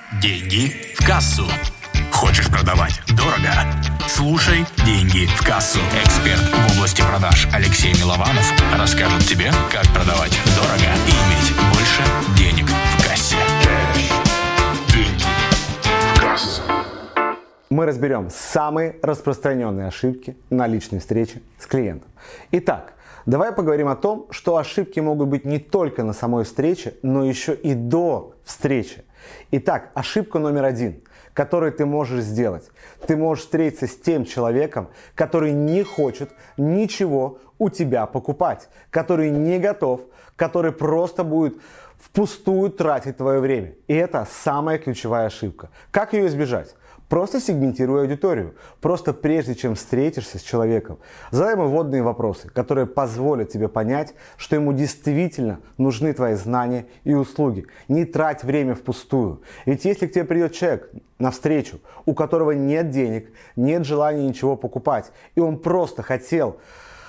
Деньги в кассу. Хочешь продавать дорого? Слушай «Деньги в кассу». Эксперт в области продаж Алексей Милованов расскажет тебе, как продавать дорого и иметь больше денег в кассе. Деньги в кассу. Мы разберем самые распространенные ошибки на личной встрече с клиентом. Итак, давай поговорим о том, что ошибки могут быть не только на самой встрече, но еще и до встречи. Итак, ошибка номер 1, которую ты можешь сделать. Ты можешь встретиться с тем человеком, который не хочет ничего у тебя покупать, который не готов, который просто будет впустую тратить твое время. И это самая ключевая ошибка. Как ее избежать? Просто сегментируй аудиторию. Просто прежде чем встретишься с человеком, задай ему вводные вопросы, которые позволят тебе понять, что ему действительно нужны твои знания и услуги. Не трать время впустую. Ведь если к тебе придет человек на встречу, у которого нет денег, нет желания ничего покупать, и он просто хотел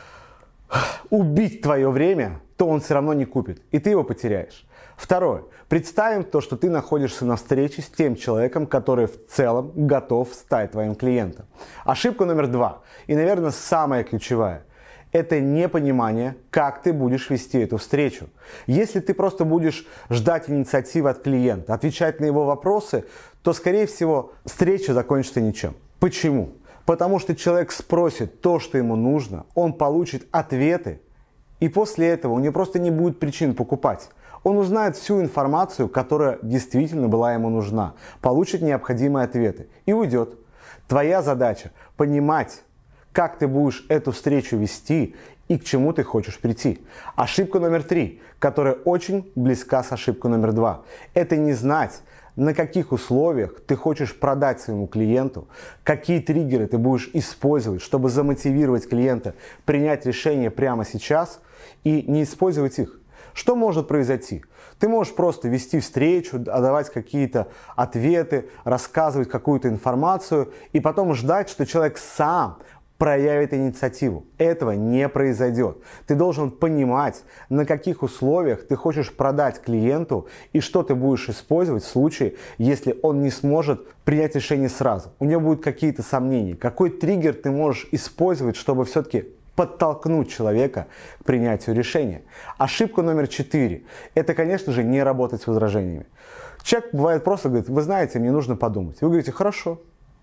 убить твое время, то он все равно не купит, и ты его потеряешь. Второе. Представим то, что ты находишься на встрече с тем человеком, который в целом готов стать твоим клиентом. Ошибка номер 2, и, наверное, самая ключевая, это непонимание, как ты будешь вести эту встречу. Если ты просто будешь ждать инициативы от клиента, отвечать на его вопросы, то, скорее всего, встреча закончится ничем. Почему? Потому что человек спросит то, что ему нужно, он получит ответы, и после этого у него просто не будет причин покупать. Он узнает всю информацию, которая действительно была ему нужна, получит необходимые ответы и уйдет. Твоя задача понимать, как ты будешь эту встречу вести и к чему ты хочешь прийти. Ошибка номер 3, которая очень близка с ошибкой номер 2, это не знать, на каких условиях ты хочешь продать своему клиенту, какие триггеры ты будешь использовать, чтобы замотивировать клиента принять решение прямо сейчас и не использовать их. Что может произойти? Ты можешь просто вести встречу, давать какие-то ответы, рассказывать какую-то информацию и потом ждать, что человек сам проявит инициативу. Этого не произойдет. Ты должен понимать, на каких условиях ты хочешь продать клиенту и что ты будешь использовать в случае, если он не сможет принять решение сразу. У него будут какие-то сомнения. Какой триггер ты можешь использовать, чтобы все-таки подтолкнуть человека к принятию решения. Ошибка номер 4. Это, конечно же, не работать с возражениями. Человек бывает просто говорит: вы знаете, мне нужно подумать. Вы говорите: хорошо.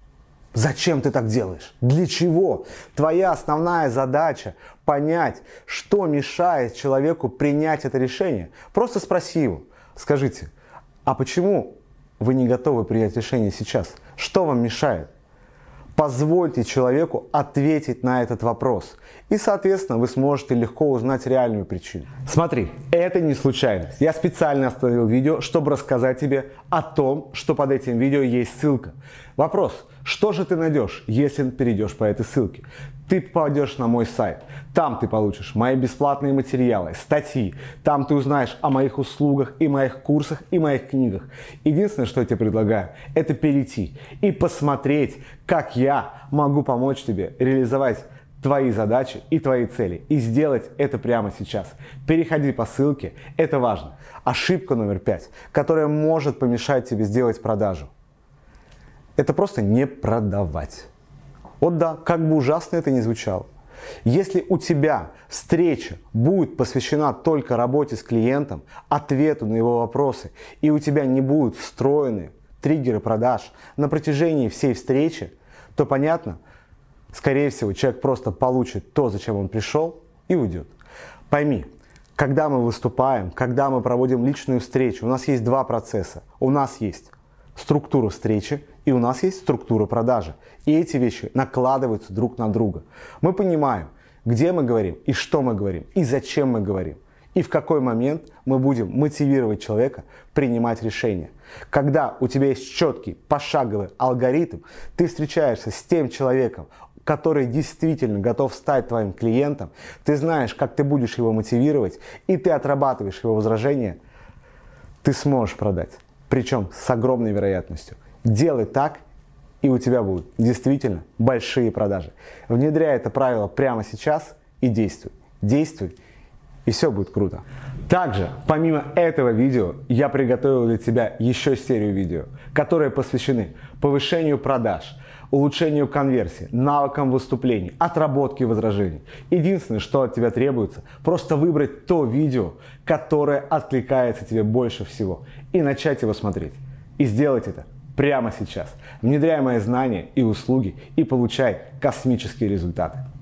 Зачем ты так делаешь? Для чего? Твоя основная задача понять, что мешает человеку принять это решение. Просто спроси его. Скажите: а почему вы не готовы принять решение сейчас? Что вам мешает? Позвольте человеку ответить на этот вопрос. И, соответственно, вы сможете легко узнать реальную причину. Смотри, это не случайность. Я специально остановил видео, чтобы рассказать тебе о том, что под этим видео есть ссылка. Вопрос: что же ты найдешь, если перейдешь по этой ссылке? Ты попадешь на мой сайт. Там ты получишь мои бесплатные материалы, статьи. Там ты узнаешь о моих услугах и моих курсах и моих книгах. Единственное, что я тебе предлагаю, это перейти и посмотреть, как я могу помочь тебе реализовать твои задачи и твои цели. И сделать это прямо сейчас. Переходи по ссылке, это важно. Ошибка номер 5, которая может помешать тебе сделать продажу. Это просто не продавать. Вот да, как бы ужасно это ни звучало. Если у тебя встреча будет посвящена только работе с клиентом, ответу на его вопросы, и у тебя не будут встроены триггеры продаж на протяжении всей встречи, то понятно, скорее всего, человек просто получит то, зачем он пришел, и уйдет. Пойми, когда мы выступаем, когда мы проводим личную встречу, у нас есть два процесса. У нас есть структура встречи, и у нас есть структура продажи. И эти вещи накладываются друг на друга. Мы понимаем, где мы говорим, и что мы говорим, и зачем мы говорим. И в какой момент мы будем мотивировать человека принимать решения. Когда у тебя есть четкий пошаговый алгоритм, ты встречаешься с тем человеком, который действительно готов стать твоим клиентом, ты знаешь, как ты будешь его мотивировать, и ты отрабатываешь его возражения, ты сможешь продать. Причем с огромной вероятностью. Делай так, и у тебя будут действительно большие продажи. Внедряй это правило прямо сейчас и действуй. Действуй и все будет круто. Также, помимо этого видео, я приготовил для тебя еще серию видео, которые посвящены повышению продаж, улучшению конверсии, навыкам выступлений, отработке возражений. Единственное, что от тебя требуется, просто выбрать то видео, которое откликается тебе больше всего, и начать его смотреть. И сделать это прямо сейчас. Внедряй мои знания и услуги и получай космические результаты.